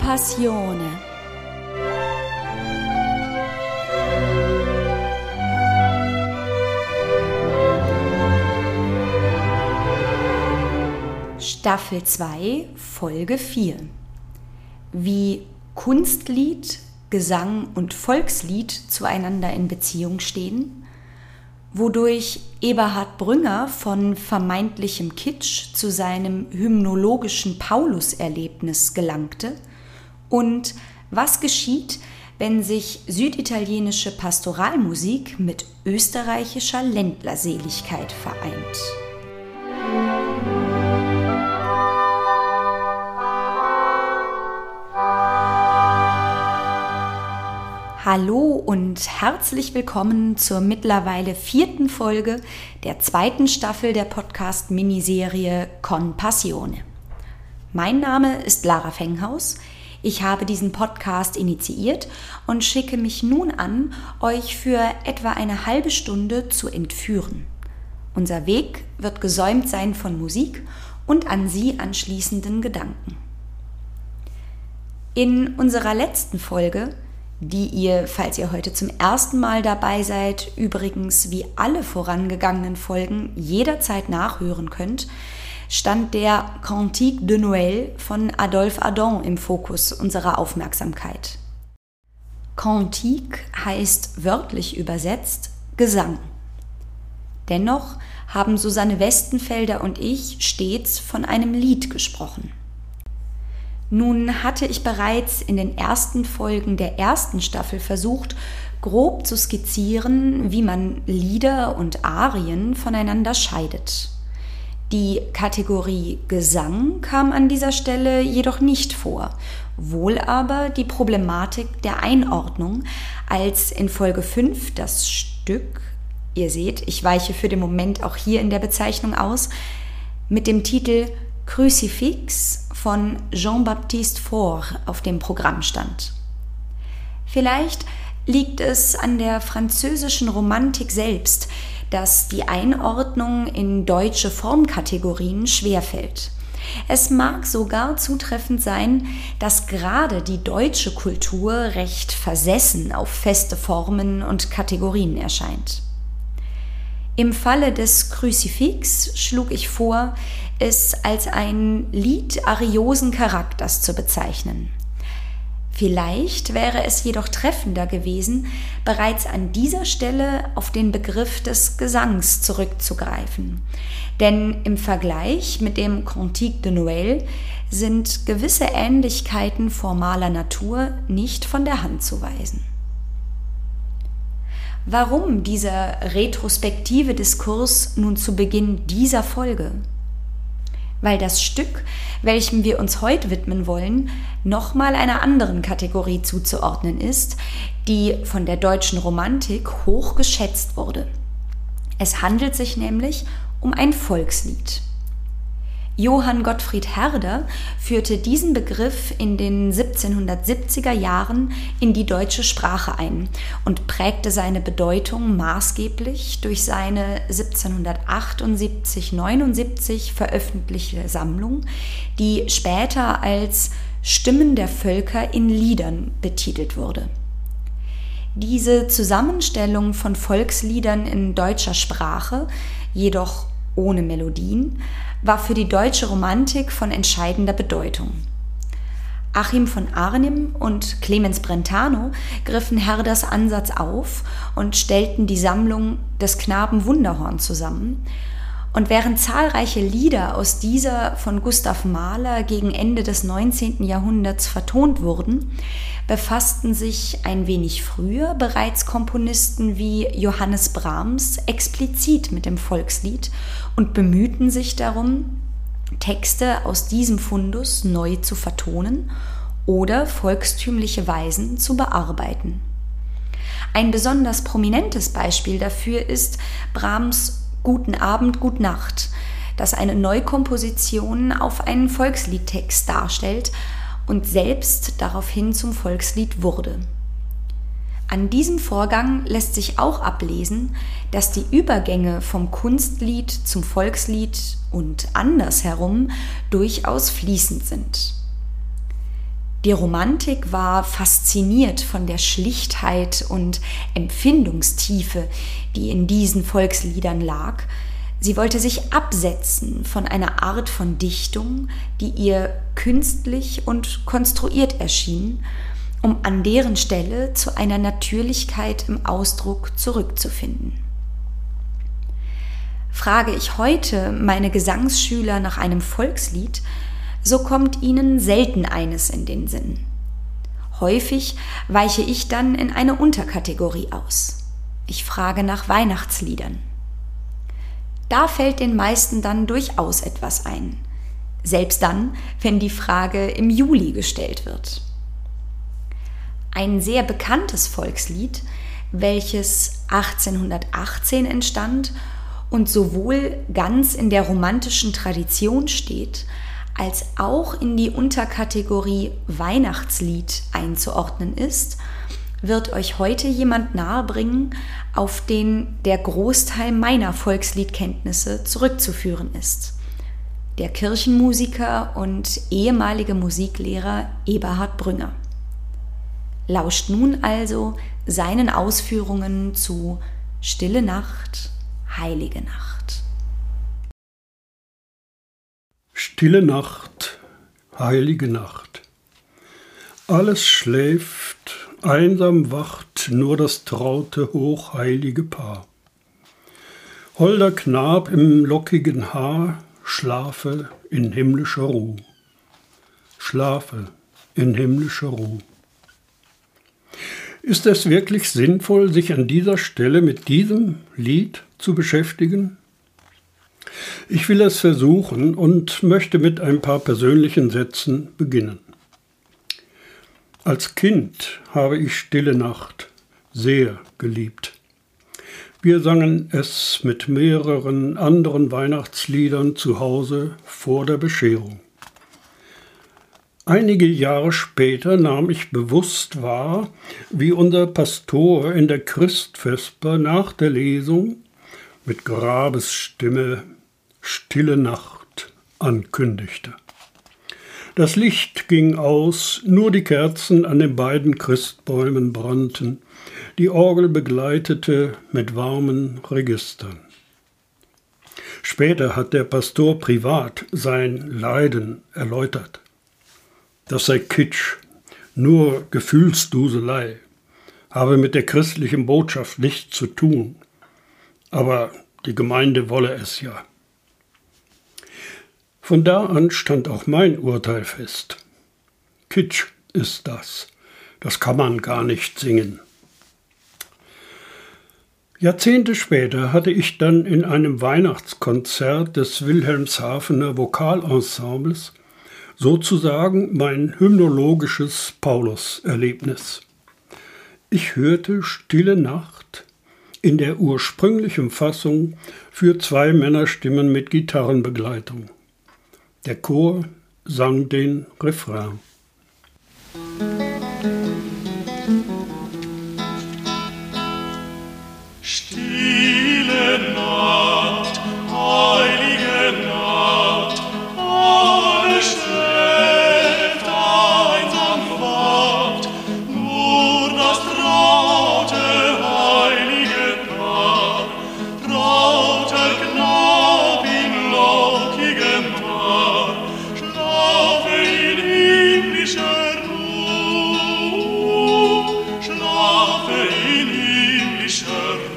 Passione. Staffel 2, Folge 4. Wie Kunstlied, Gesang und Volkslied zueinander in Beziehung stehen, wodurch Eberhard Brünger von vermeintlichem Kitsch zu seinem hymnologischen Paulus-Erlebnis gelangte und was geschieht, wenn sich süditalienische Pastoralmusik mit österreichischer Ländlerseligkeit vereint. Hallo und herzlich willkommen zur mittlerweile 4. Folge der 2. Staffel der Podcast-Miniserie Con Passione. Mein Name ist Lara Fenghaus. Ich habe diesen Podcast initiiert und schicke mich nun an, euch für etwa eine halbe Stunde zu entführen. Unser Weg wird gesäumt sein von Musik und an sie anschließenden Gedanken. In unserer letzten Folge, die ihr, falls ihr heute zum ersten Mal dabei seid, übrigens wie alle vorangegangenen Folgen jederzeit nachhören könnt, stand der Cantique de Noël von Adolphe Adam im Fokus unserer Aufmerksamkeit. Cantique heißt wörtlich übersetzt Gesang. Dennoch haben Susanne Westenfelder und ich stets von einem Lied gesprochen. Nun hatte ich bereits in den ersten Folgen der 1. Staffel versucht, grob zu skizzieren, wie man Lieder und Arien voneinander scheidet. Die Kategorie Gesang kam an dieser Stelle jedoch nicht vor, wohl aber die Problematik der Einordnung, als in Folge 5 das Stück, ihr seht, ich weiche für den Moment auch hier in der Bezeichnung aus, mit dem Titel Crucifix von Jean-Baptiste Faure auf dem Programm stand. Vielleicht liegt es an der französischen Romantik selbst, dass die Einordnung in deutsche Formkategorien schwerfällt. Es mag sogar zutreffend sein, dass gerade die deutsche Kultur recht versessen auf feste Formen und Kategorien erscheint. Im Falle des Crucifix schlug ich vor, es als ein Lied ariosen Charakters zu bezeichnen. Vielleicht wäre es jedoch treffender gewesen, bereits an dieser Stelle auf den Begriff des Gesangs zurückzugreifen. Denn im Vergleich mit dem Cantique de Noël sind gewisse Ähnlichkeiten formaler Natur nicht von der Hand zu weisen. Warum dieser retrospektive Diskurs nun zu Beginn dieser Folge? Weil das Stück, welchem wir uns heute widmen wollen, nochmal einer anderen Kategorie zuzuordnen ist, die von der deutschen Romantik hoch geschätzt wurde. Es handelt sich nämlich um ein Volkslied. Johann Gottfried Herder führte diesen Begriff in den 1770er Jahren in die deutsche Sprache ein und prägte seine Bedeutung maßgeblich durch seine 1778/79 veröffentlichte Sammlung, die später als Stimmen der Völker in Liedern betitelt wurde. Diese Zusammenstellung von Volksliedern in deutscher Sprache, jedoch ohne Melodien, war für die deutsche Romantik von entscheidender Bedeutung. Achim von Arnim und Clemens Brentano griffen Herders Ansatz auf und stellten die Sammlung des Knaben Wunderhorn zusammen. Und während zahlreiche Lieder aus dieser von Gustav Mahler gegen Ende des 19. Jahrhunderts vertont wurden, befassten sich ein wenig früher bereits Komponisten wie Johannes Brahms explizit mit dem Volkslied und bemühten sich darum, Texte aus diesem Fundus neu zu vertonen oder volkstümliche Weisen zu bearbeiten. Ein besonders prominentes Beispiel dafür ist Brahms Guten Abend, Gut Nacht, das eine Neukomposition auf einen Volksliedtext darstellt und selbst daraufhin zum Volkslied wurde. An diesem Vorgang lässt sich auch ablesen, dass die Übergänge vom Kunstlied zum Volkslied und andersherum durchaus fließend sind. Die Romantik war fasziniert von der Schlichtheit und Empfindungstiefe, die in diesen Volksliedern lag. Sie wollte sich absetzen von einer Art von Dichtung, die ihr künstlich und konstruiert erschien, um an deren Stelle zu einer Natürlichkeit im Ausdruck zurückzufinden. Frage ich heute meine Gesangsschüler nach einem Volkslied, so kommt ihnen selten eines in den Sinn. Häufig weiche ich dann in eine Unterkategorie aus. Ich frage nach Weihnachtsliedern. Da fällt den meisten dann durchaus etwas ein. Selbst dann, wenn die Frage im Juli gestellt wird. Ein sehr bekanntes Volkslied, welches 1818 entstand und sowohl ganz in der romantischen Tradition steht, als auch in die Unterkategorie Weihnachtslied einzuordnen ist, wird euch heute jemand nahebringen, auf den der Großteil meiner Volksliedkenntnisse zurückzuführen ist. Der Kirchenmusiker und ehemalige Musiklehrer Eberhard Brünger. Lauscht nun also seinen Ausführungen zu Stille Nacht, Heilige Nacht. Stille Nacht, heilige Nacht. Alles schläft, einsam wacht nur das traute, hochheilige Paar. Holder Knab im lockigen Haar, schlafe in himmlischer Ruh. Schlafe in himmlischer Ruh. Ist es wirklich sinnvoll, sich an dieser Stelle mit diesem Lied zu beschäftigen? Ich will es versuchen und möchte mit ein paar persönlichen Sätzen beginnen. Als Kind habe ich Stille Nacht sehr geliebt. Wir sangen es mit mehreren anderen Weihnachtsliedern zu Hause vor der Bescherung. Einige Jahre später nahm ich bewusst wahr, wie unser Pastor in der Christvesper nach der Lesung mit Grabesstimme Stille Nacht ankündigte. Das Licht ging aus, nur die Kerzen an den beiden Christbäumen brannten, die Orgel begleitete mit warmen Registern. Später hat der Pastor privat sein Leiden erläutert. Das sei Kitsch, nur Gefühlsduselei, habe mit der christlichen Botschaft nichts zu tun. Aber die Gemeinde wolle es ja. Von da an stand auch mein Urteil fest. Kitsch ist das. Das kann man gar nicht singen. Jahrzehnte später hatte ich dann in einem Weihnachtskonzert des Wilhelmshavener Vokalensembles sozusagen mein hymnologisches Paulus-Erlebnis. Ich hörte Stille Nacht in der ursprünglichen Fassung für 2 Männerstimmen mit Gitarrenbegleitung. Der Chor sang den Refrain. Stille Nacht, heilige Nacht, alles schläft, einsam wacht, nur das traute, heilige Paar, trauter Knab in lockigem Haar, schlafe in himmlischer Ruh, schlafe in himmlischer Ruh.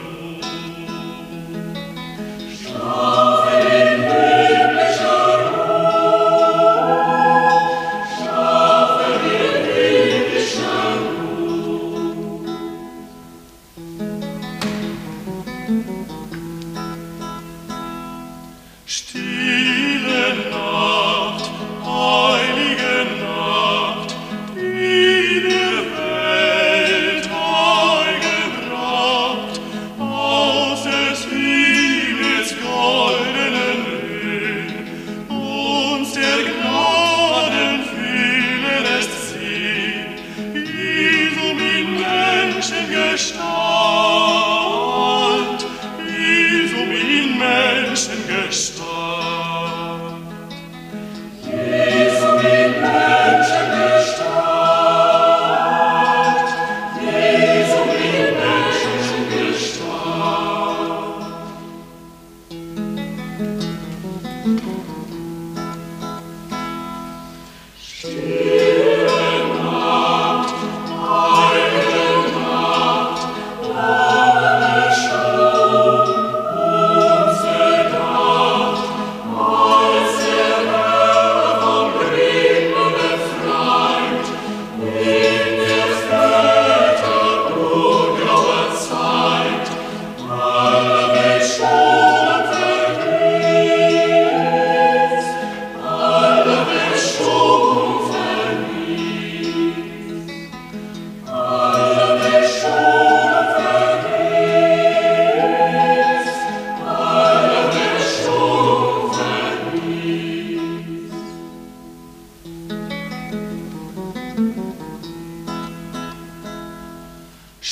Stille Nacht, heilige Nacht, die der Welt Heil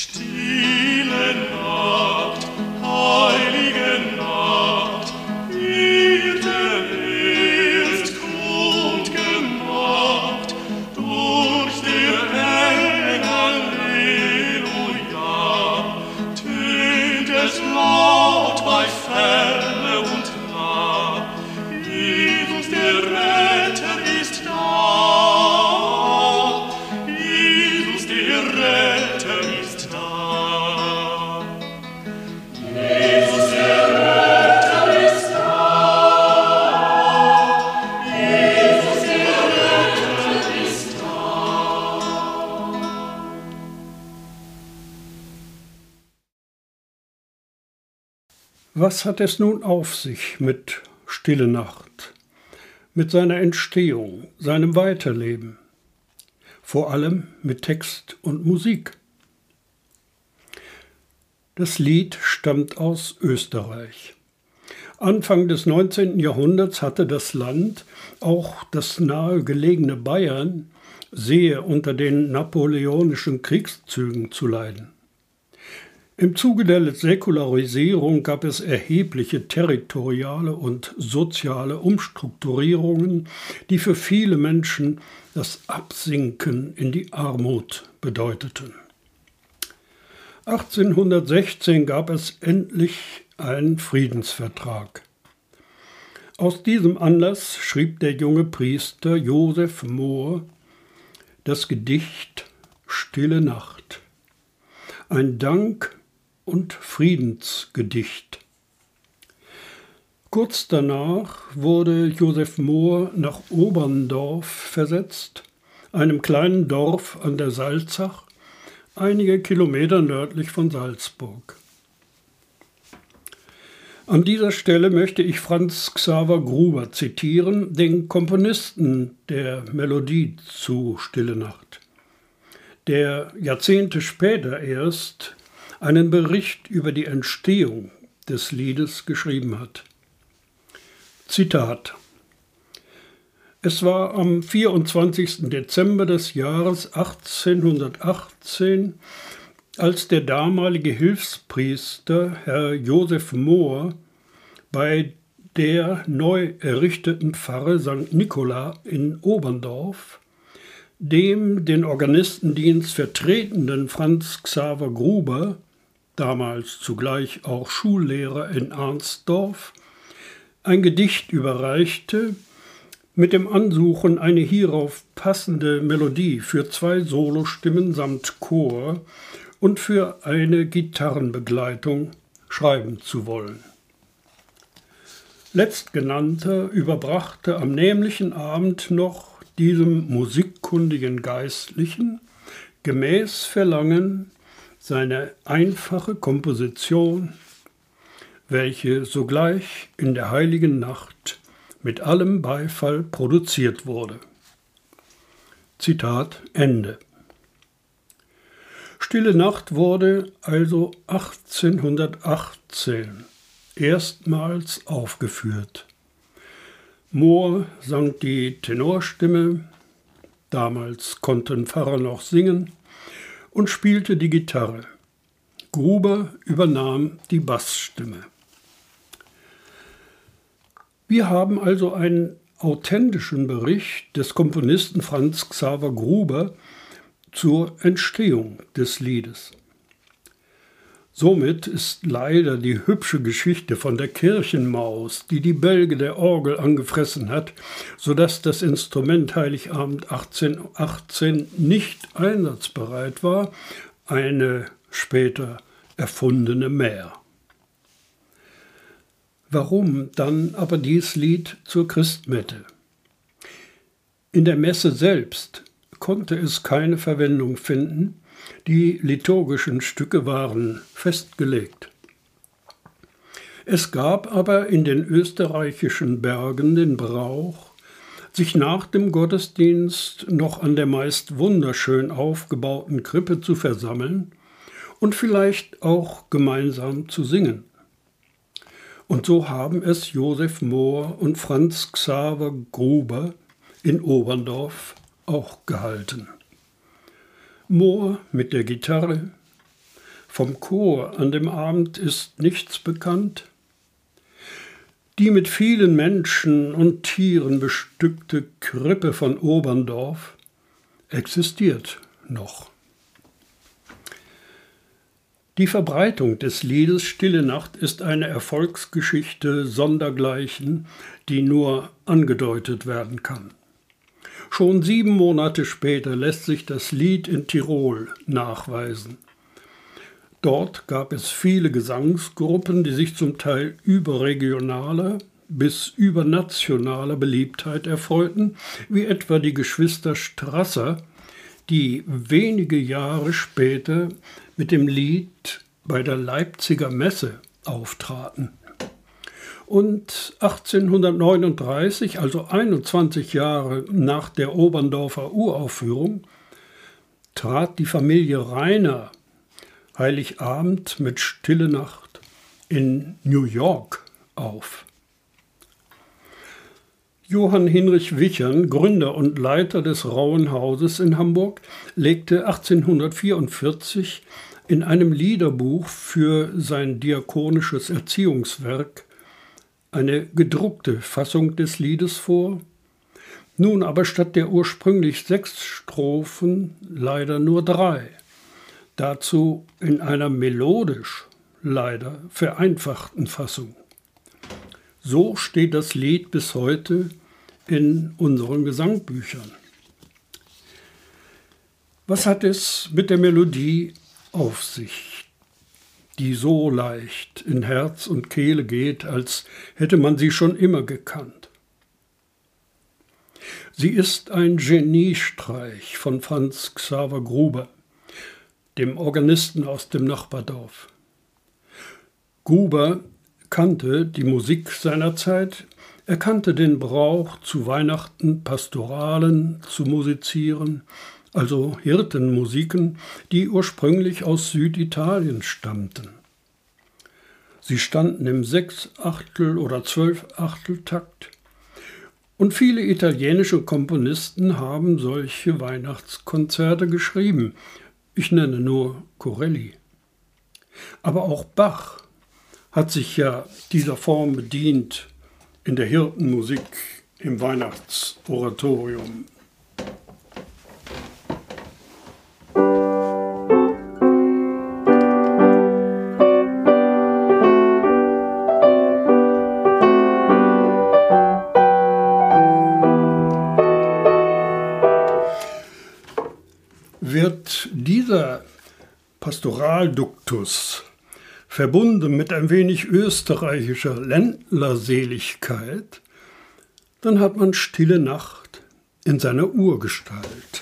Stille Nacht, heilige Nacht, Erde ist kund gemacht, durch der Engel Halleluja, tönt es laut bei Ferne und nah, Jesus der Retter ist da, Jesus der Retter ist da. Jesus der Retter ist da, Jesus der Retter ist da. Was hat es nun auf sich mit Stille Nacht, mit seiner Entstehung, seinem Weiterleben, vor allem mit Text und Musik? Das Lied stammt aus Österreich. Anfang des 19. Jahrhunderts hatte das Land, auch das nahegelegene Bayern, sehr unter den napoleonischen Kriegszügen zu leiden. Im Zuge der Säkularisierung gab es erhebliche territoriale und soziale Umstrukturierungen, die für viele Menschen das Absinken in die Armut bedeuteten. 1816 gab es endlich einen Friedensvertrag. Aus diesem Anlass schrieb der junge Priester Joseph Mohr das Gedicht Stille Nacht, ein Dank- und Friedensgedicht. Kurz danach wurde Joseph Mohr nach Oberndorf versetzt, einem kleinen Dorf an der Salzach, einige Kilometer nördlich von Salzburg. An dieser Stelle möchte ich Franz Xaver Gruber zitieren, den Komponisten der Melodie zu Stille Nacht, der Jahrzehnte später erst einen Bericht über die Entstehung des Liedes geschrieben hat. Zitat: Es war am 24. Dezember des Jahres 1818, als der damalige Hilfspriester Herr Joseph Mohr bei der neu errichteten Pfarre St. Nicola in Oberndorf dem den Organistendienst vertretenden Franz Xaver Gruber, damals zugleich auch Schullehrer in Arnsdorf, ein Gedicht überreichte, mit dem Ansuchen, eine hierauf passende Melodie für 2 Solostimmen samt Chor und für eine Gitarrenbegleitung schreiben zu wollen. Letztgenannter überbrachte am nämlichen Abend noch diesem musikkundigen Geistlichen gemäß Verlangen seine einfache Komposition, welche sogleich in der heiligen Nacht mit allem Beifall produziert wurde. Zitat Ende. Stille Nacht wurde also 1818 erstmals aufgeführt. Mohr sang die Tenorstimme, damals konnten Pfarrer noch singen, und spielte die Gitarre. Gruber übernahm die Bassstimme. Wir haben also einen authentischen Bericht des Komponisten Franz Xaver Gruber zur Entstehung des Liedes. Somit ist leider die hübsche Geschichte von der Kirchenmaus, die die Bälge der Orgel angefressen hat, sodass das Instrument Heiligabend 1818 nicht einsatzbereit war, eine später erfundene Mär. Warum dann aber dies Lied zur Christmette? In der Messe selbst konnte es keine Verwendung finden, die liturgischen Stücke waren festgelegt. Es gab aber in den österreichischen Bergen den Brauch, sich nach dem Gottesdienst noch an der meist wunderschön aufgebauten Krippe zu versammeln und vielleicht auch gemeinsam zu singen. Und so haben es Joseph Mohr und Franz Xaver Gruber in Oberndorf auch gehalten. Mohr mit der Gitarre, Vom Chor an dem Abend ist nichts bekannt. Die mit vielen Menschen und Tieren bestückte Krippe von Oberndorf existiert noch. Die Verbreitung des Liedes Stille Nacht ist eine Erfolgsgeschichte sondergleichen, die nur angedeutet werden kann. Schon 7 Monate später lässt sich das Lied in Tirol nachweisen. Dort gab es viele Gesangsgruppen, die sich zum Teil überregionaler bis übernationaler Beliebtheit erfreuten, wie etwa die Geschwister Strasser, die wenige Jahre später mit dem Lied bei der Leipziger Messe auftraten. Und 1839, also 21 Jahre nach der Oberndorfer Uraufführung, trat die Familie Rainer Heiligabend mit Stille Nacht in New York auf. Johann Hinrich Wichern, Gründer und Leiter des Rauen Hauses in Hamburg, legte 1844 in einem Liederbuch für sein diakonisches Erziehungswerk eine gedruckte Fassung des Liedes vor, nun aber statt der ursprünglich 6 Strophen leider nur 3. Dazu in einer melodisch leider vereinfachten Fassung. So steht das Lied bis heute in unseren Gesangbüchern. Was hat es mit der Melodie auf sich, die so leicht in Herz und Kehle geht, als hätte man sie schon immer gekannt? Sie ist ein Geniestreich von Franz Xaver Gruber, dem Organisten aus dem Nachbardorf. Gruber kannte die Musik seiner Zeit, er kannte den Brauch, zu Weihnachten Pastoralen zu musizieren, also Hirtenmusiken, die ursprünglich aus Süditalien stammten. Sie standen im 6/8 oder 12/8-Takt. Und viele italienische Komponisten haben solche Weihnachtskonzerte geschrieben. Ich nenne nur Corelli. Aber auch Bach hat sich ja dieser Form bedient in der Hirtenmusik im Weihnachtsoratorium. Wird dieser Pastoralduktus verbunden mit ein wenig österreichischer Ländlerseligkeit, dann hat man Stille Nacht in seiner Urgestalt.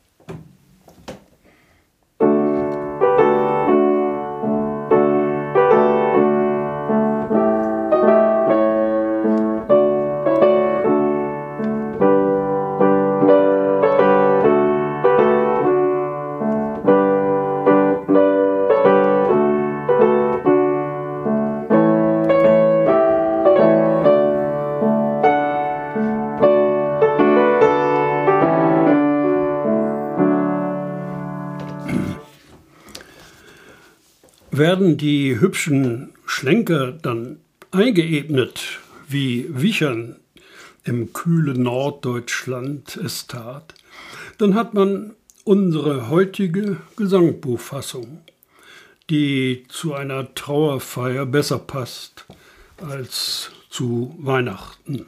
Werden die hübschen Schlenker dann eingeebnet, wie Wichern im kühlen Norddeutschland es tat, dann hat man unsere heutige Gesangbuchfassung, die zu einer Trauerfeier besser passt als zu Weihnachten.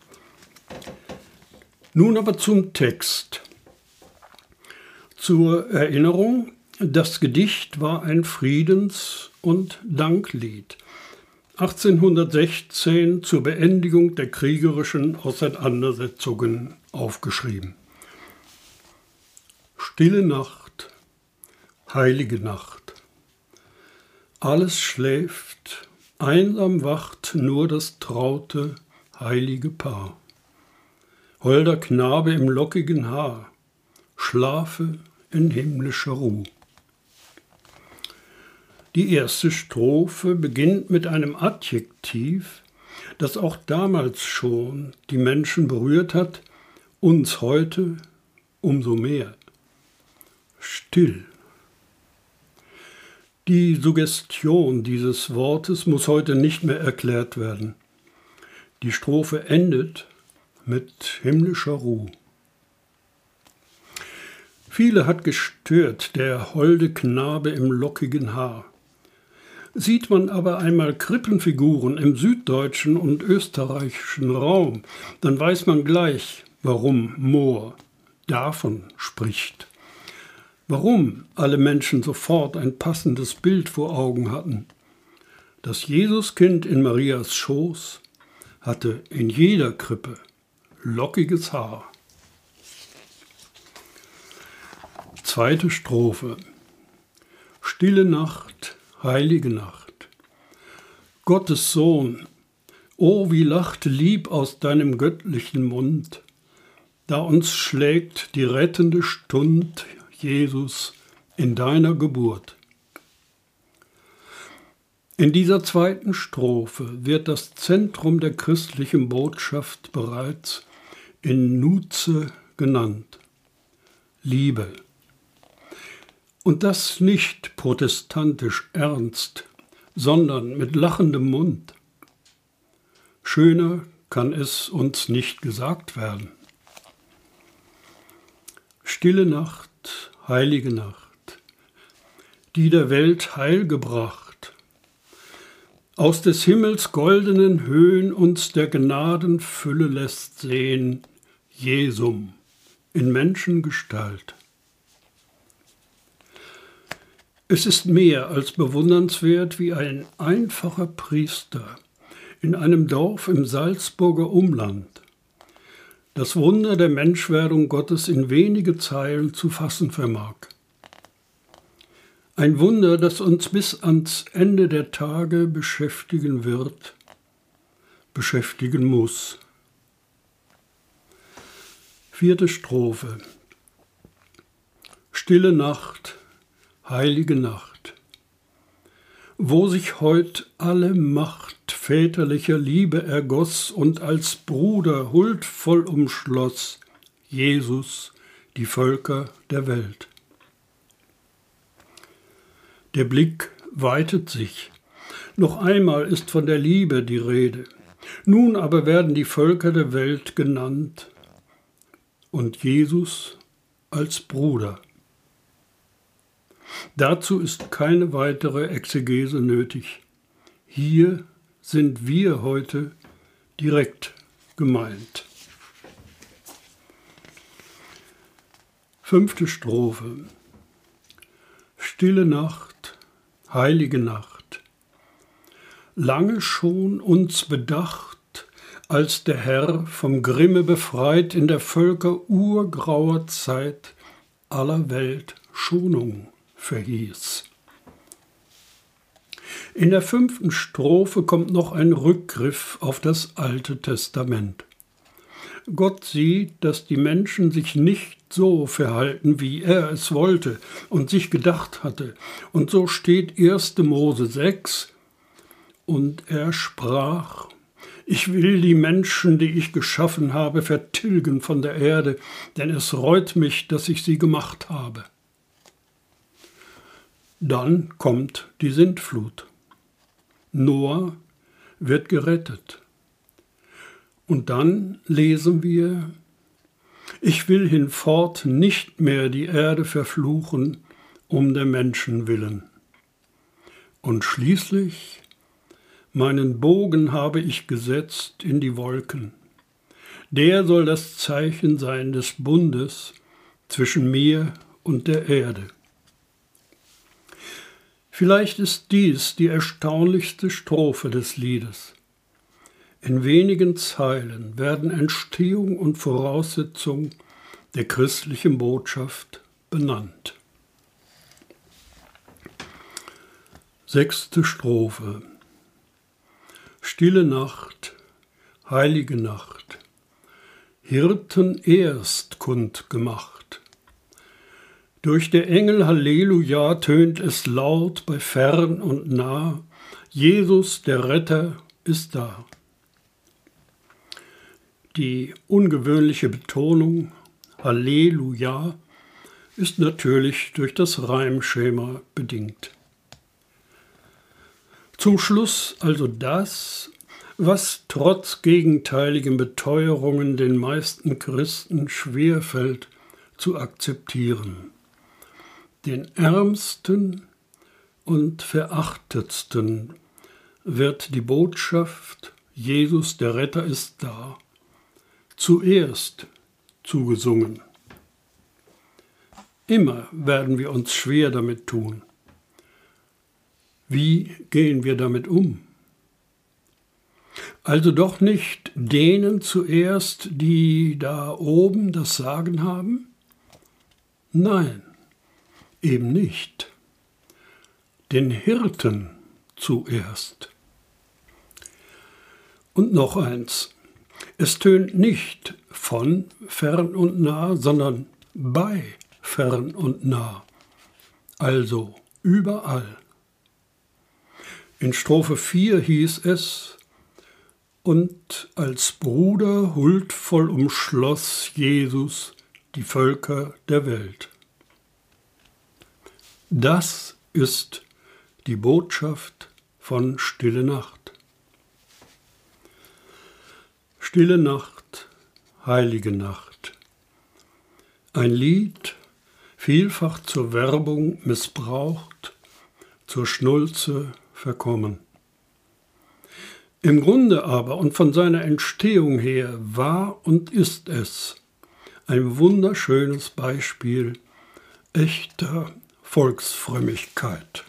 Nun aber zum Text. Zur Erinnerung: Das Gedicht war ein Friedens- und Danklied, 1816 zur Beendigung der kriegerischen Auseinandersetzungen aufgeschrieben. Stille Nacht, heilige Nacht. Alles schläft, einsam wacht nur das traute, heilige Paar. Holder Knabe im lockigen Haar, schlafe in himmlischer Ruh. Die erste Strophe beginnt mit einem Adjektiv, das auch damals schon die Menschen berührt hat, uns heute umso mehr. Still. Die Suggestion dieses Wortes muss heute nicht mehr erklärt werden. Die Strophe endet mit himmlischer Ruhe. Viele hat gestört der holde Knabe im lockigen Haar. Sieht man aber einmal Krippenfiguren im süddeutschen und österreichischen Raum, dann weiß man gleich, warum Mohr davon spricht. Warum alle Menschen sofort ein passendes Bild vor Augen hatten. Das Jesuskind in Marias Schoß hatte in jeder Krippe lockiges Haar. Zweite Strophe. Stille Nacht, heilige Nacht. Gottes Sohn, o wie lacht lieb aus deinem göttlichen Mund, da uns schlägt die rettende Stund, Jesus, in deiner Geburt. In dieser zweiten Strophe wird das Zentrum der christlichen Botschaft bereits in Nutze genannt. Liebe. Und das nicht protestantisch ernst, sondern mit lachendem Mund. Schöner kann es uns nicht gesagt werden. Stille Nacht, heilige Nacht, die der Welt Heil gebracht. Aus des Himmels goldenen Höhen uns der Gnadenfülle lässt sehen, Jesum in Menschengestalt. Es ist mehr als bewundernswert, wie ein einfacher Priester in einem Dorf im Salzburger Umland das Wunder der Menschwerdung Gottes in wenige Zeilen zu fassen vermag. Ein Wunder, das uns bis ans Ende der Tage beschäftigen wird, beschäftigen muss. Vierte Strophe. Stille Nacht, heilige Nacht, wo sich heut alle Macht väterlicher Liebe ergoss und als Bruder huldvoll umschloss Jesus die Völker der Welt. Der Blick weitet sich. Noch einmal ist von der Liebe die Rede. Nun aber werden die Völker der Welt genannt und Jesus als Bruder. Dazu ist keine weitere Exegese nötig. Hier sind wir heute direkt gemeint. Fünfte Strophe. Stille Nacht, heilige Nacht. Lange schon uns bedacht, als der Herr vom Grimme befreit in der Völker urgrauer Zeit aller Welt Schonung verhieß. In der fünften Strophe kommt noch ein Rückgriff auf das Alte Testament. Gott sieht, dass die Menschen sich nicht so verhalten, wie er es wollte und sich gedacht hatte. Und so steht 1. Mose 6, und er sprach: Ich will die Menschen, die ich geschaffen habe, vertilgen von der Erde, denn es reut mich, dass ich sie gemacht habe. Dann kommt die Sintflut. Noah wird gerettet. Und dann lesen wir: Ich will hinfort nicht mehr die Erde verfluchen, um der Menschen willen. Und schließlich: Meinen Bogen habe ich gesetzt in die Wolken. Der soll das Zeichen sein des Bundes zwischen mir und der Erde. Vielleicht ist dies die erstaunlichste Strophe des Liedes. In wenigen Zeilen werden Entstehung und Voraussetzung der christlichen Botschaft benannt. Sechste Strophe. Stille Nacht, heilige Nacht, Hirten erst kundgemacht. Durch der Engel Halleluja tönt es laut bei fern und nah, Jesus, der Retter, ist da. Die ungewöhnliche Betonung Halleluja ist natürlich durch das Reimschema bedingt. Zum Schluss also das, was trotz gegenteiligen Beteuerungen den meisten Christen schwerfällt zu akzeptieren. Den Ärmsten und Verachtetsten wird die Botschaft, Jesus der Retter ist da, zuerst zugesungen. Immer werden wir uns schwer damit tun. Wie gehen wir damit um? Also doch nicht denen zuerst, die da oben das Sagen haben? Nein, eben nicht. Den Hirten zuerst. Und noch eins. Es tönt nicht von fern und nah, sondern bei fern und nah. Also überall. In Strophe 4 hieß es: Und als Bruder huldvoll umschloss Jesus die Völker der Welt. Das ist die Botschaft von Stille Nacht. Stille Nacht, heilige Nacht. Ein Lied, vielfach zur Werbung missbraucht, zur Schnulze verkommen. Im Grunde aber und von seiner Entstehung her war und ist es ein wunderschönes Beispiel echter Volksfrömmigkeit.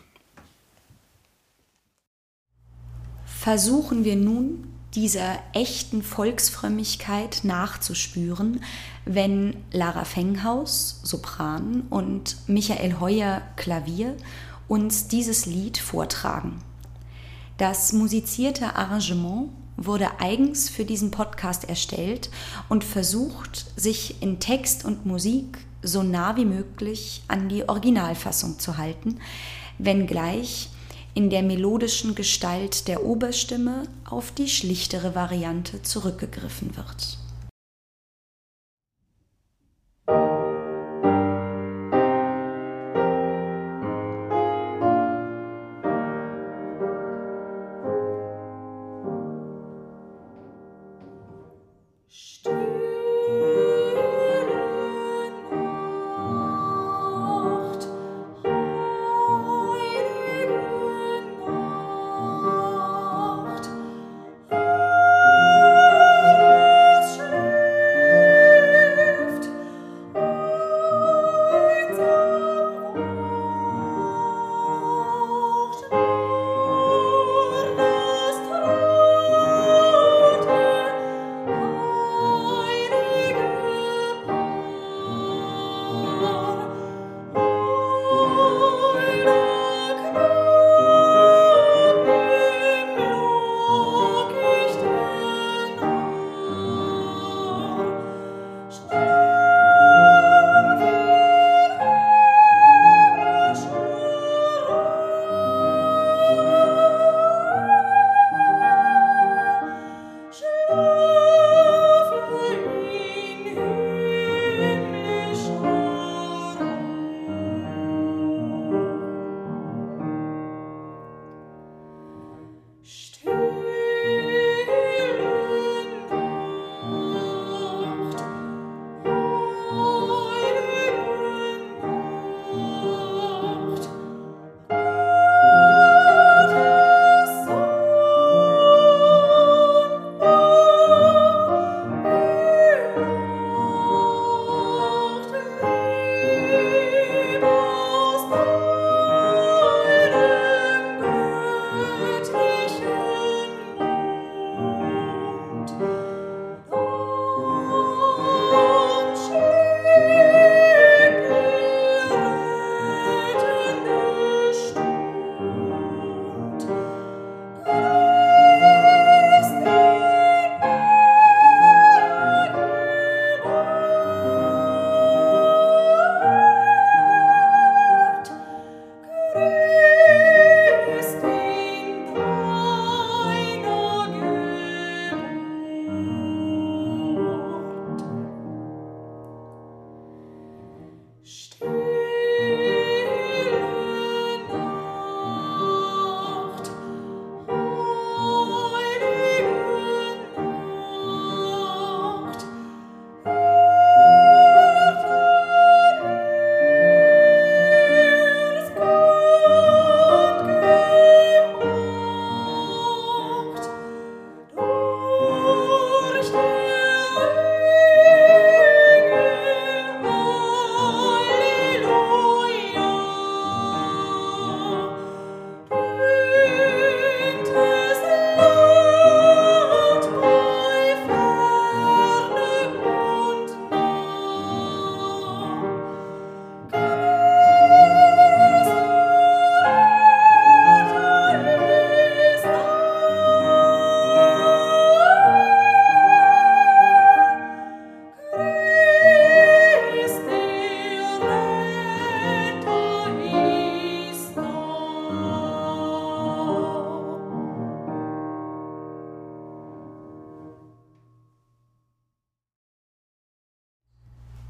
Versuchen wir nun, dieser echten Volksfrömmigkeit nachzuspüren, wenn Lara Fenghaus, Sopran, und Michael Heuer, Klavier, uns dieses Lied vortragen. Das musizierte Arrangement wurde eigens für diesen Podcast erstellt und versucht, sich in Text und Musik so nah wie möglich an die Originalfassung zu halten, wenngleich in der melodischen Gestalt der Oberstimme auf die schlichtere Variante zurückgegriffen wird. Stille Nacht,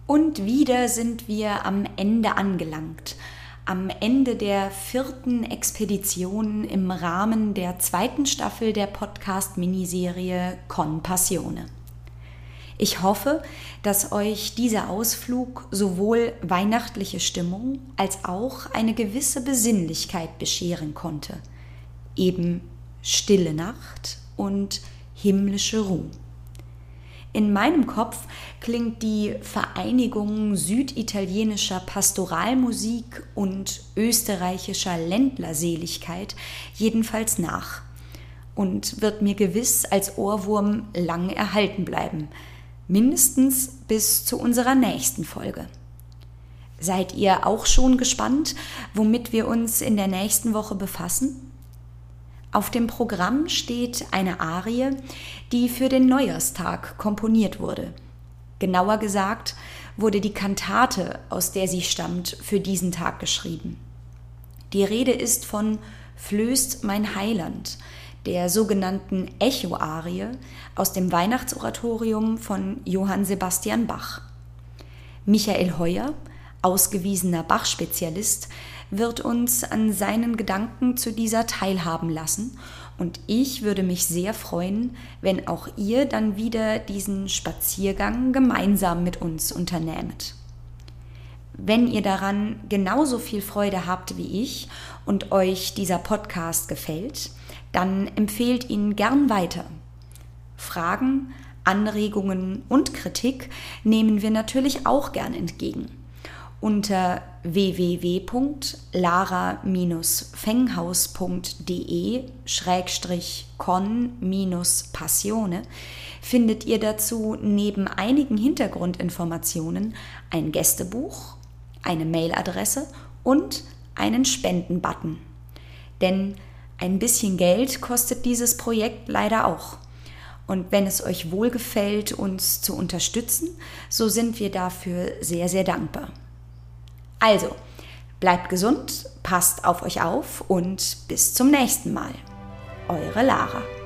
Und wieder sind wir am Ende angelangt. Am Ende der 4. Expedition im Rahmen der 2. Staffel der Podcast-Miniserie Con Passione. Ich hoffe, dass euch dieser Ausflug sowohl weihnachtliche Stimmung als auch eine gewisse Besinnlichkeit bescheren konnte. Eben stille Nacht und himmlische Ruhe. In meinem Kopf klingt die Vereinigung süditalienischer Pastoralmusik und österreichischer Ländlerseligkeit jedenfalls nach und wird mir gewiss als Ohrwurm lang erhalten bleiben, mindestens bis zu unserer nächsten Folge. Seid ihr auch schon gespannt, womit wir uns in der nächsten Woche befassen? Auf dem Programm steht eine Arie, die für den Neujahrstag komponiert wurde. Genauer gesagt wurde die Kantate, aus der sie stammt, für diesen Tag geschrieben. Die Rede ist von »Flößt mein Heiland«, der sogenannten Echo-Arie aus dem Weihnachtsoratorium von Johann Sebastian Bach. Michael Heuer, ausgewiesener Bach-Spezialist, wird uns an seinen Gedanken zu dieser teilhaben lassen und ich würde mich sehr freuen, wenn auch ihr dann wieder diesen Spaziergang gemeinsam mit uns unternehmet. Wenn ihr daran genauso viel Freude habt wie ich und euch dieser Podcast gefällt, dann empfehlt ihn gern weiter. Fragen, Anregungen und Kritik nehmen wir natürlich auch gern entgegen. Unter www.lara-fenghaus.de/con-passione findet ihr dazu neben einigen Hintergrundinformationen ein Gästebuch, eine Mailadresse und einen Spenden-Button. Denn ein bisschen Geld kostet dieses Projekt leider auch. Und wenn es euch wohlgefällt, uns zu unterstützen, so sind wir dafür sehr, sehr dankbar. Also, bleibt gesund, passt auf euch auf und bis zum nächsten Mal. Eure Lara.